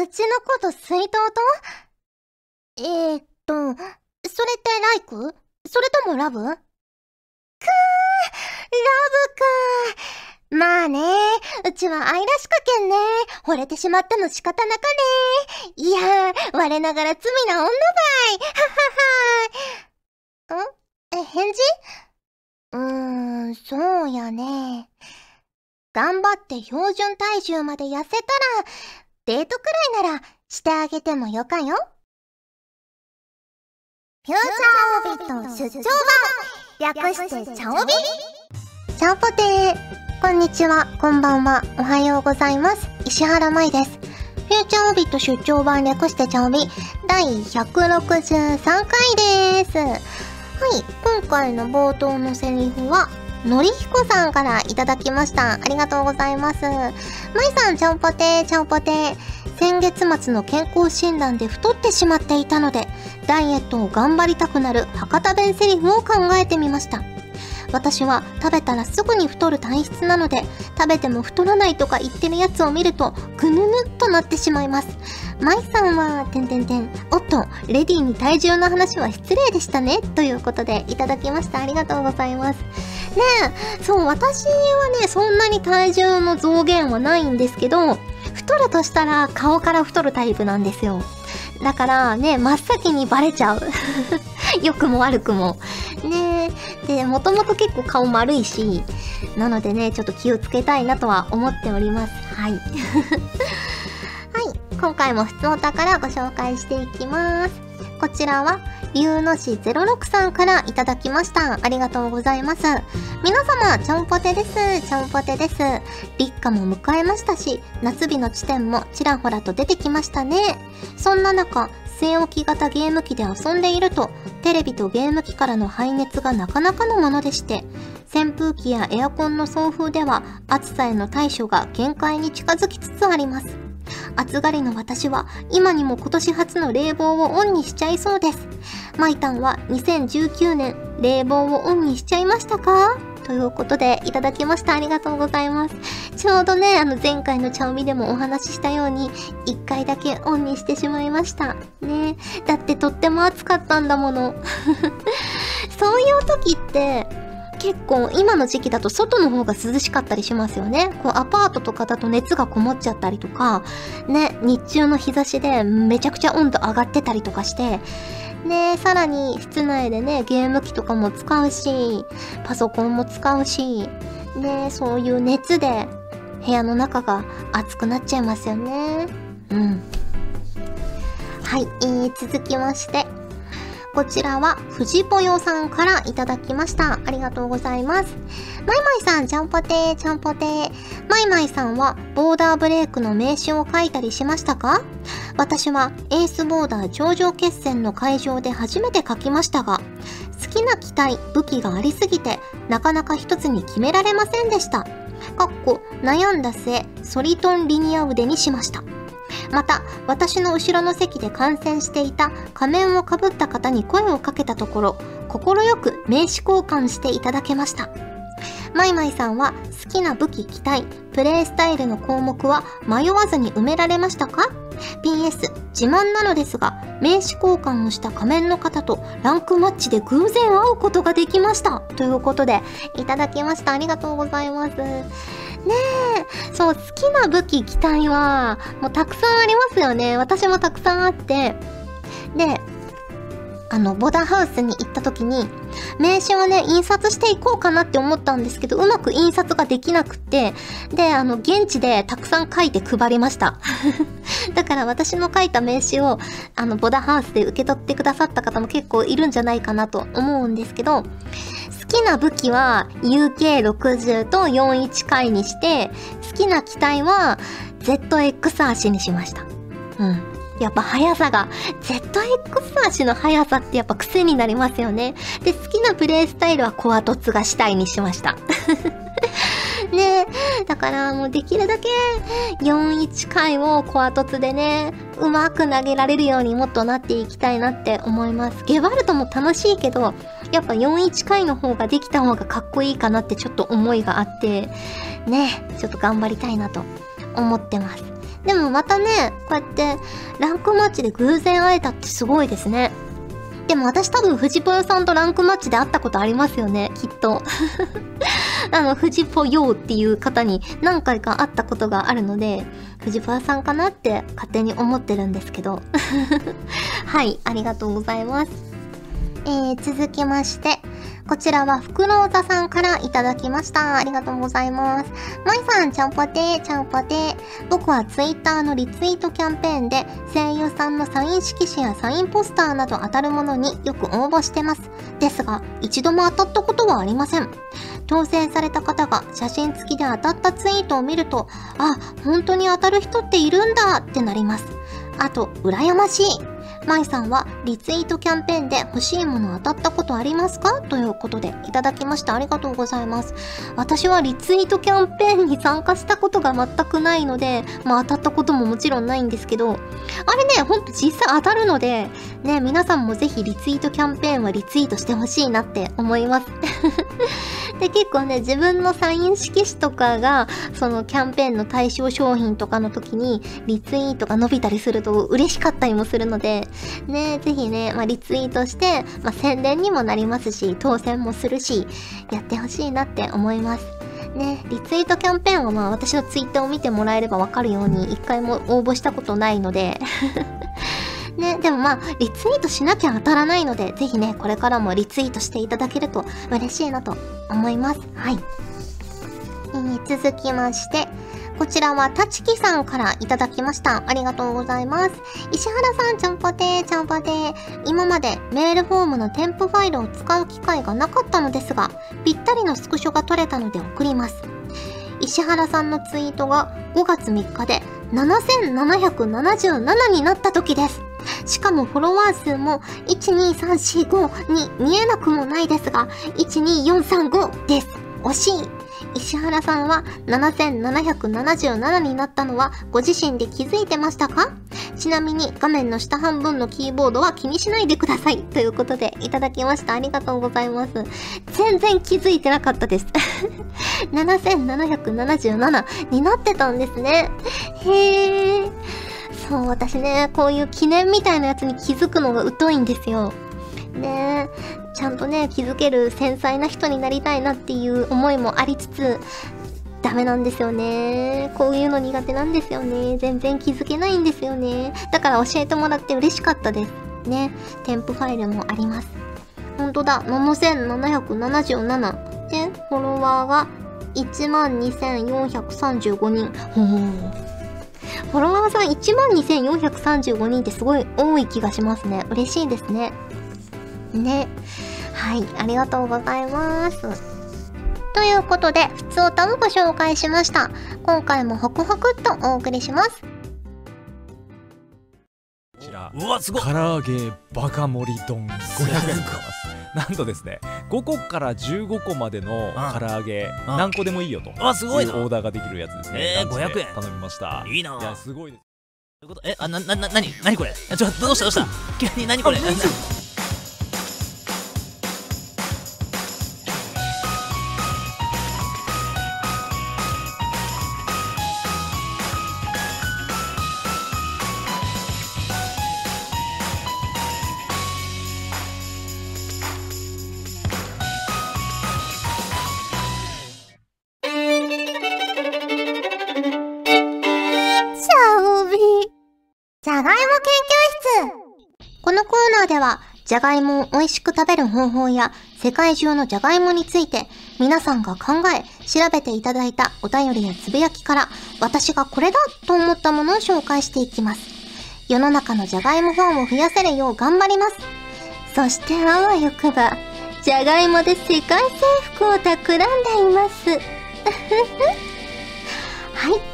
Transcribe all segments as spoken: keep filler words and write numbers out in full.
うちのこと水筒とえーっと、それってライク？それともラブ？くー、ラブかー。まあね、うちは愛らしかけんね。惚れてしまったの仕方なかね。いやー、我ながら罪な女ばい。ははは。ん？え、返事？うーん、そうやね。頑張って標準体重まで痩せたら、デートくらいならしてあげてもよかよ。フューチャーオビット出張版、略してチャオビ。チャオポテー。こんにちは、こんばんは、おはようございます。石原舞です。フューチャーオビット出張版略してチャオビだいひゃくろくじゅうさんかいです。はい、今回の冒頭のセリフはのりひこさんからいただきました。ありがとうございます。まいさん、ちゃんぽてー、ちゃんぽてー。先月末の健康診断で太ってしまっていたので、ダイエットを頑張りたくなる博多弁セリフを考えてみました。私は食べたらすぐに太る体質なので、食べても太らないとか言ってるやつを見ると、ぐぬぬっとなってしまいます。まいさんは、てんてんてん、おっと、レディーに体重の話は失礼でしたね、ということでいただきました。ありがとうございます。ねえ、そう、私はね、そんなに体重の増減はないんですけど、太るとしたら顔から太るタイプなんですよ。だからね、真っ先にバレちゃう。良くも悪くも。ねえ。で、もともと結構顔丸いし、なのでね、ちょっと気をつけたいなとは思っております。はい。はい。今回もふつおたからご紹介していきます。こちらは、龍野市ゼロろくさんからいただきました。ありがとうございます。皆様、ちゃんぽてです。ちゃんぽてです。立夏も迎えましたし、夏日の地点もちらほらと出てきましたね。そんな中、据え置き型ゲーム機で遊んでいると、テレビとゲーム機からの排熱がなかなかのものでして、扇風機やエアコンの送風では暑さへの対処が限界に近づきつつあります。暑がりの私は今にも今年初の冷房をオンにしちゃいそうです。マイタンはにせんじゅうきゅうねん冷房をオンにしちゃいましたか？ということでいただきました。ありがとうございます。ちょうどね、あの前回のチャオミでもお話ししたようにいっかいだけオンにしてしまいました。ね。だってとっても暑かったんだもの。そういう時って結構今の時期だと外の方が涼しかったりしますよね。こうアパートとかだと熱がこもっちゃったりとか、ね、日中の日差しでめちゃくちゃ温度上がってたりとかして、ね、さらに室内でね、ゲーム機とかも使うし、パソコンも使うし、ね、そういう熱で部屋の中が暑くなっちゃいますよね。うん。はい、えー、続きまして。こちらは、藤ぽよさんからいただきました。ありがとうございます。まいまいさん、ちゃんぽてー、ちゃんぽてー。まいまいさんは、ボーダーブレイクの名刺を書いたりしましたか？私は、エースボーダー頂上決戦の会場で初めて書きましたが、好きな機体、武器がありすぎて、なかなか一つに決められませんでした。かっこ、悩んだ末、ソリトンリニア腕にしました。また、私の後ろの席で観戦していた仮面をかぶった方に声をかけたところ、快く名刺交換していただけました。まいまいさんは好きな武器機体、プレイスタイルの項目は迷わずに埋められましたか？ ピーエス 自慢なのですが、名刺交換をした仮面の方とランクマッチで偶然会うことができました。ということで、いただきました。ありがとうございます。ねえ、そう、好きな武器機体はもうたくさんありますよね。私もたくさんあって、で、あのボダハウスに行った時に名刺をね印刷していこうかなって思ったんですけど、うまく印刷ができなくて、であの現地でたくさん書いて配りました。だから私の書いた名刺をあのボダハウスで受け取ってくださった方も結構いるんじゃないかなと思うんですけど、好きな武器は ユーケーろくじゅう とよんじゅういちかいにして、好きな機体は ゼットエックス 足にしました。うん。やっぱ速さが、ゼットエックス 足の速さってやっぱ癖になりますよね。で、好きなプレイスタイルはコア凸がしたいにしました。ねえ、だからもうできるだけよんじゅういちかいをコア凸でね、うまく投げられるようにもっとなっていきたいなって思います。ゲバルトも楽しいけど、やっぱよんじゅういちかいの方ができた方がかっこいいかなってちょっと思いがあって、ねえ、ちょっと頑張りたいなと思ってます。でもまたね、こうやってランクマッチで偶然会えたってすごいですね。でも私多分フジポヨさんとランクマッチで会ったことありますよね、きっと。あの、フジポヨっていう方に何回か会ったことがあるので、フジポヨさんかなって勝手に思ってるんですけど。はい、ありがとうございます。えー、続きまして、こちらはフクロウザさんからいただきました。ありがとうございます。まいさん、ちゃんぽてー、ちゃんぽてー。僕はツイッターのリツイートキャンペーンで声優さんのサイン色紙やサインポスターなど当たるものによく応募してます。ですが、一度も当たったことはありません。当選された方が写真付きで当たったツイートを見ると、あ、本当に当たる人っているんだってなります。あと、羨ましい。まいさんはリツイートキャンペーンで欲しいもの当たったことありますか？ということでいただきました。ありがとうございます。私はリツイートキャンペーンに参加したことが全くないので、まあ当たったことももちろんないんですけど、あれね、ほんと実際当たるので、ね、皆さんもぜひリツイートキャンペーンはリツイートしてほしいなって思います。で、結構ね、自分のサイン色紙とかが、そのキャンペーンの対象商品とかの時に、リツイートが伸びたりすると嬉しかったりもするので、ね、ぜひね、まあ、リツイートして、まあ、宣伝にもなりますし、当選もするし、やってほしいなって思います。ね、リツイートキャンペーンはまあ、私のツイッターを見てもらえればわかるように、一回も応募したことないので、ね、でもまあ、リツイートしなきゃ当たらないので、ぜひね、これからもリツイートしていただけると嬉しいなと思います。はい。えー、続きまして、こちらはたちきさんからいただきました。ありがとうございます。石原さん、ちゃんぽてー、ちゃんぽてー。今までメールフォームの添付ファイルを使う機会がなかったのですが、ぴったりのスクショが取れたので送ります。石原さんのツイートがごがつみっかでななせんななひゃくななじゅうななになった時です。しかもフォロワー数もいちにさんしごに見えなくもないですが、いちによんさんごです。惜しい。石原さんはななせんななひゃくななじゅうななになったのはご自身で気づいてましたか？ちなみに画面の下半分のキーボードは気にしないでください。ということでいただきました。ありがとうございます。全然気づいてなかったです。ななせんななひゃくななじゅうななになってたんですね。へー。そう、私ね、こういう記念みたいなやつに気づくのが疎いんですよ。ねえ。ちゃんとね、気づける繊細な人になりたいなっていう思いもありつつ、ダメなんですよね。こういうの苦手なんですよね。全然気づけないんですよね。だから教えてもらって嬉しかったです。ね。添付ファイルもあります。ほんとだ。ななせんななひゃくななじゅうなな。で、フォロワーがいちまんにせんよんひゃくさんじゅうごにん。ほー。フォロワーさんいちまんにせんよんひゃくさんじゅうごにんってすごい多い気がしますね。嬉しいですね。ね。はい、ありがとうございます。ということで、ふつおたをご紹介しました。今回もホクホクっとお送りします。 こちら、うわ、すごい！唐揚げバカ盛り丼ごひゃくえんでございます。なんとですね、ごこからじゅうごこまでの唐揚げ何個でもいいよというオーダーができるやつですね。 えー、ごひゃくえん頼みました。 いいな。 いや、すごいです。 ということ、え、あ、な、な、な、なに、なにこれ。ちょ、どうしたどうした急に、なにこれ。 じゃがいも研究室。このコーナーでは、じゃがいもを美味しく食べる方法や、世界中のじゃがいもについて、皆さんが考え、調べていただいたお便りやつぶやきから、私がこれだと思ったものを紹介していきます。世の中のじゃがいもファンを増やせるよう頑張ります。そしてあわよくば、じゃがいもで世界征服を企んでいます。はい、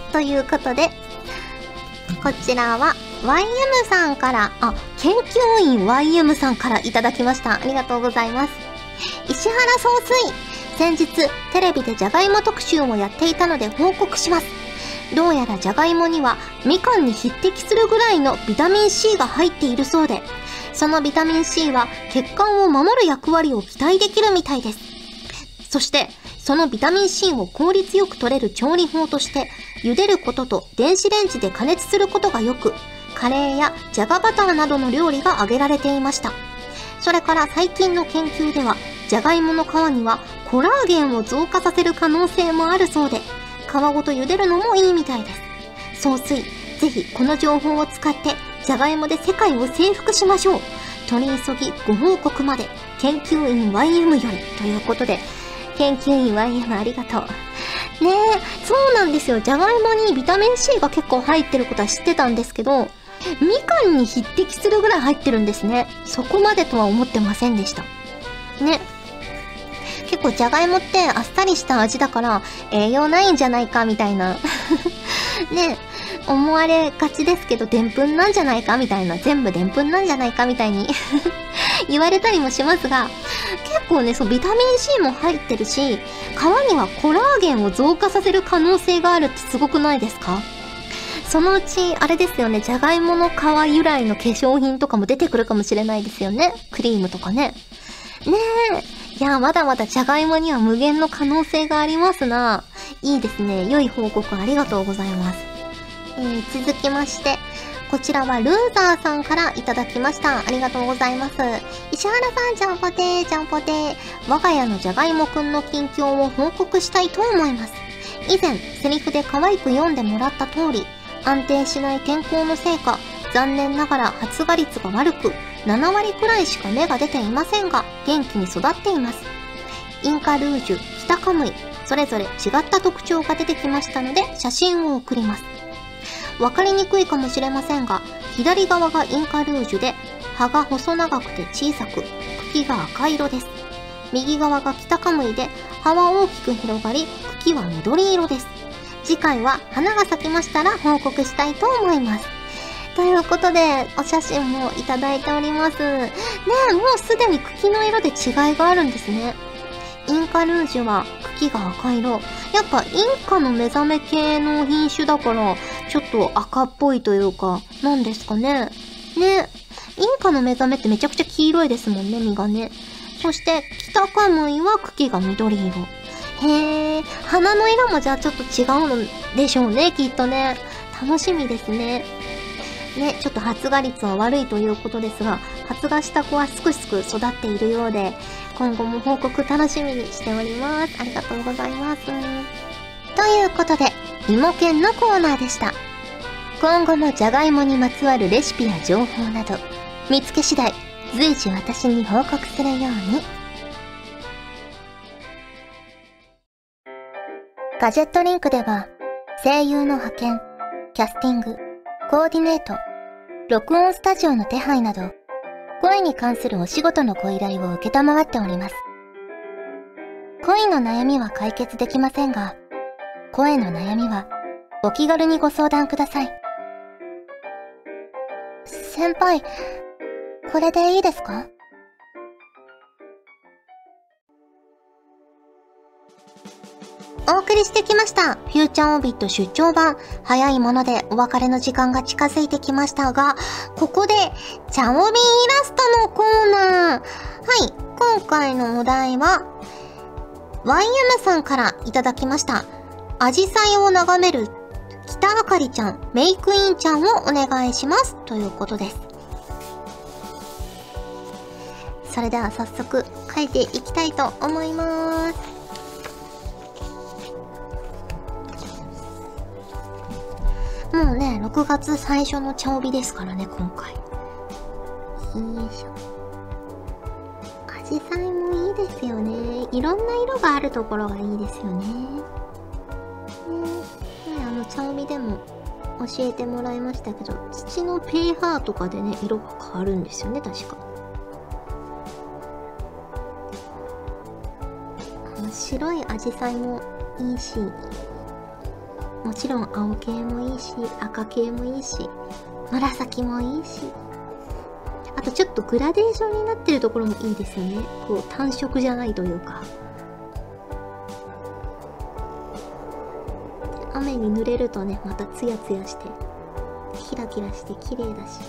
ということで、こちらは ワイエム さんから、あ、研究員 ワイエム さんからいただきました。ありがとうございます。石原総帥、先日テレビでじゃがいも特集をやっていたので報告します。どうやらじゃがいもにはみかんに匹敵するぐらいのビタミン C が入っているそうで、そのビタミン C は血管を守る役割を期待できるみたいです。そしてそのビタミン C を効率よく取れる調理法として、茹でることと電子レンジで加熱することがよく、カレーやじゃがバターなどの料理が挙げられていました。それから最近の研究では、じゃがいもの皮にはコラーゲンを増加させる可能性もあるそうで、皮ごと茹でるのもいいみたいです。総帥、ぜひこの情報を使ってじゃがいもで世界を征服しましょう。取り急ぎご報告まで、研究員 ワイエム よりということで、研究員 ワイエム ありがとう。ねえ、そうなんですよ。じゃがいもにビタミン C が結構入ってることは知ってたんですけど、みかんに匹敵するぐらい入ってるんですね。そこまでとは思ってませんでした。ね。結構じゃがいもってあっさりした味だから栄養ないんじゃないかみたいなね、思われがちですけど、でんぷんなんじゃないかみたいな、全部でんぷんなんじゃないかみたいに言われたりもしますが、結構ね、そうビタミン C も入ってるし、皮にはコラーゲンを増加させる可能性があるってすごくないですか？そのうちあれですよね、じゃがいもの皮由来の化粧品とかも出てくるかもしれないですよね。クリームとかね。ねえ。いや、まだまだじゃがいもには無限の可能性がありますな。いいですね。良い報告ありがとうございます。えー、続きまして、こちらはルーザーさんからいただきました。ありがとうございます。石原さん、ちゃんぽてー、ちゃんぽてー。我が家のじゃがいもくんの近況を報告したいと思います。以前、セリフで可愛く読んでもらった通り、安定しない天候のせいか、残念ながら発芽率が悪く、ななわりくらいしか芽が出ていませんが、元気に育っています。インカルージュ、キタカムイ、それぞれ違った特徴が出てきましたので、写真を送ります。わかりにくいかもしれませんが、左側がインカルージュで、葉が細長くて小さく、茎が赤色です。右側がキタカムイで、葉は大きく広がり、茎は緑色です。次回は花が咲きましたら報告したいと思います。ということで、お写真もいただいております。ねえ、もうすでに茎の色で違いがあるんですね。インカルージュは茎が赤色。やっぱインカの目覚め系の品種だから、ちょっと赤っぽいというか、なんですかね。ね、インカの目覚めってめちゃくちゃ黄色いですもんね、実がね。そして、キタカムイは茎が緑色。へー、花の色もじゃあちょっと違うのでしょうね、きっとね。楽しみですね。ね、ちょっと発芽率は悪いということですが、発芽した子はすくすく育っているようで、今後も報告楽しみにしております。ありがとうございます。ということで、芋けんのコーナーでした。今後もじゃがいもにまつわるレシピや情報など、見つけ次第、随時私に報告するように。ガジェットリンクでは、声優の派遣、キャスティング、コーディネート、録音スタジオの手配など、声に関するお仕事のご依頼を受けたまわっております。恋の悩みは解決できませんが、声の悩みはお気軽にご相談ください。先輩、これでいいですか？お送りしてきました。フューチャーオービット出張版。早いものでお別れの時間が近づいてきましたが、ここで、チャオビーイラストのコーナー。はい、今回のお題は、ワイエム さんからいただきました。アジサイを眺める北あかりちゃん、メイクインちゃんをお願いします。ということです。それでは早速、書いていきたいと思います。もうね、ろくがつ最初の茶帯ですからね、今回。よいしょ。アジサイもいいですよね。いろんな色があるところがいいですよね。ね、ね、あの茶帯でも教えてもらいましたけど、土の pH とかでね、色が変わるんですよね、確か。あの白いアジサイもいいし、もちろん青系もいいし、赤系もいいし、紫もいいし、あとちょっとグラデーションになってるところもいいですよね。こう単色じゃないというか。雨に濡れるとね、またツヤツヤして、キラキラして綺麗だし。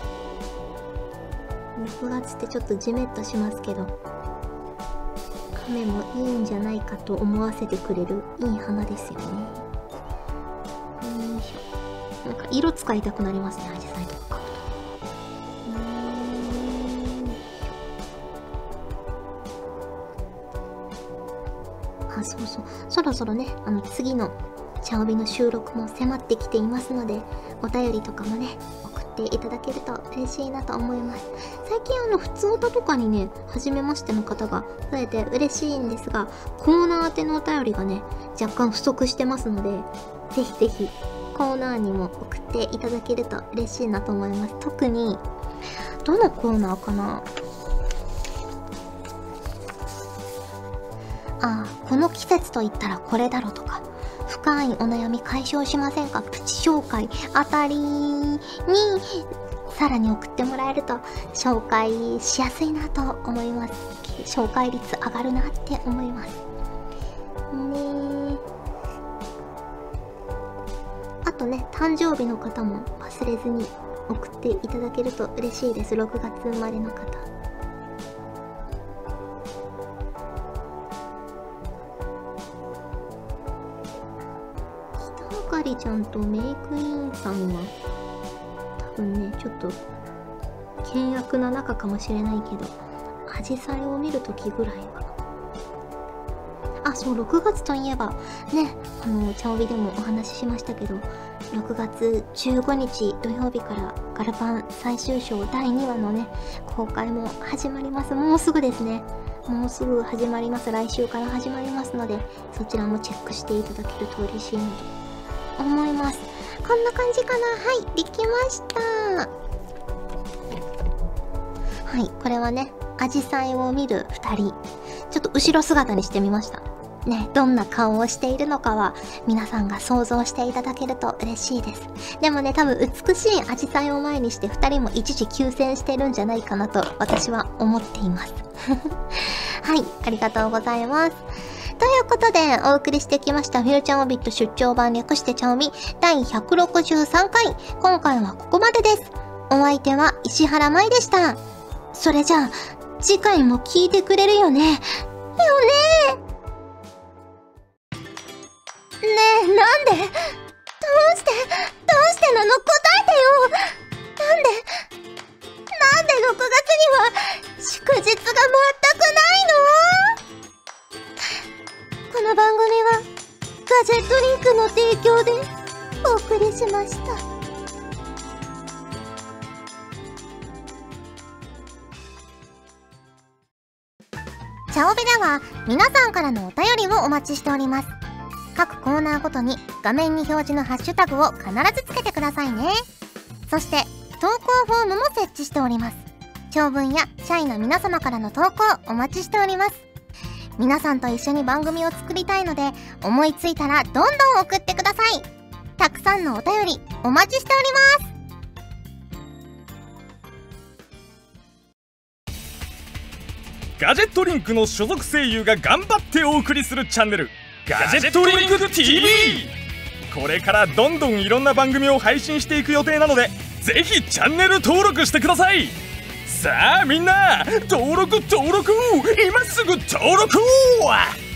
ろくがつってちょっとジメッとしますけど、 目もいいんじゃないかと思わせてくれるいい花ですよね。よいしょ。なんか色使いたくなりますね、アジサイとか買うと。あ、そうそう、そろそろね、あの次のチャオビの収録も迫ってきていますので、お便りとかもね送っていただけると嬉しいなと思います。最近あの普通歌とかにね、初めましての方が増えて嬉しいんですが、コーナー宛てのお便りがね若干不足してますので、ぜひぜひコーナーにも送っていただけると嬉しいなと思います。特にどのコーナーかなあ、この季節といったらこれだろとか、深いお悩み解消しませんか、プチ紹介あたりにさらに送ってもらえると紹介しやすいなと思います。紹介率上がるなって思いますね。あとね、誕生日の方も忘れずに送っていただけると嬉しいです。ろくがつ生まれの方。あかりちゃんとメイクインさんは多分ねちょっと険悪な仲かもしれないけど、アジサイを見るときぐらいは。あ、そう、ろくがつといえばね、あのチャオビでもお話ししましたけど、ろくがつじゅうごにち土曜日からガルパン最終章だいにわのね公開も始まります。もうすぐですね。もうすぐ始まります。来週から始まりますので、そちらもチェックしていただけると嬉しいなと思います。こんな感じかな。はい、できました。はい、これはね、アジサイを見るふたり、ちょっと後ろ姿にしてみました。ね、どんな顔をしているのかは皆さんが想像していただけると嬉しいです。でもね、多分美しいアジサイを前にしてふたりも一時休戦してるんじゃないかなと私は思っています。はい、ありがとうございます。ということでお送りしてきましたフューチャーオビット出張版略してチャオミだいひゃくろくじゅうさんかい。今回はここまでです。お相手は石原舞でした。それじゃあ次回も聞いてくれるよね。よねねえ、なんでどうしてどうしてなの、答えてよ。なんでなんでろくがつには祝日が全くないの。この番組はガジェットリンクの提供でお送りしました。チャオベでは皆さんからのお便りをお待ちしております。各コーナーごとに画面に表示のハッシュタグを必ずつけてくださいね。そして投稿フォームも設置しております。長文や社員の皆様からの投稿お待ちしております。皆さんと一緒に番組を作りたいので、思いついたらどんどん送ってください。たくさんのお便りお待ちしております。 ガジェットリンクの所属声優が頑張ってお送りするチャンネル、ガジェットリンク ティービー。 これからどんどんいろんな番組を配信していく予定なので、ぜひチャンネル登録してください。さあみんな登録登録、今すぐ登録。